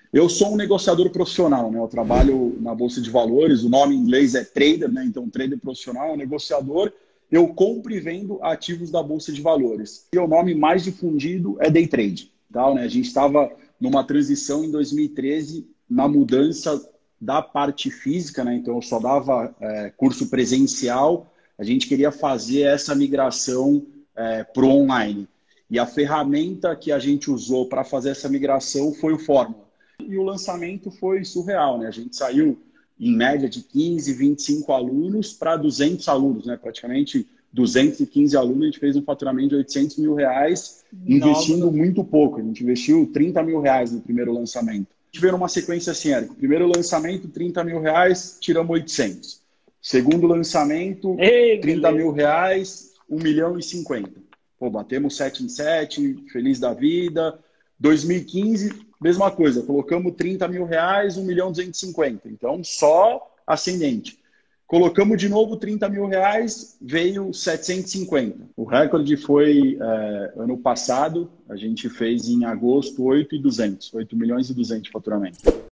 Eu sou um negociador profissional, né? Eu trabalho na Bolsa de Valores, o nome em inglês é trader, né? Então, trader profissional, negociador. Eu compro e vendo ativos da Bolsa de Valores. E o nome mais difundido é day trade. Tá, né? A gente estava numa transição em 2013, na mudança da parte física, né? Então, eu só dava curso presencial. A gente queria fazer essa migração para o online. E a ferramenta que a gente usou para fazer essa migração foi o Fórmula. E o lançamento foi surreal, né? A gente saiu em média de 15, 25 alunos para 200 alunos, né? Praticamente 215 alunos, a gente fez um faturamento de 800 mil reais, investindo Nossa. muito pouco. A gente investiu 30 mil reais no primeiro lançamento. A gente veio numa sequência assim, Érico. Primeiro lançamento, 30 mil reais, tiramos 800. Segundo lançamento, Ei, 30 mil beleza. reais, 1 milhão e 50. Pô, batemos 7 em 7, feliz da vida. 2015, mesma coisa, colocamos 30 mil reais, 1 milhão e 250. Então, só ascendente. Colocamos de novo 30 mil reais, veio 750. O recorde foi ano passado, a gente fez em agosto 8 e 200, 8 milhões e 200 de faturamento.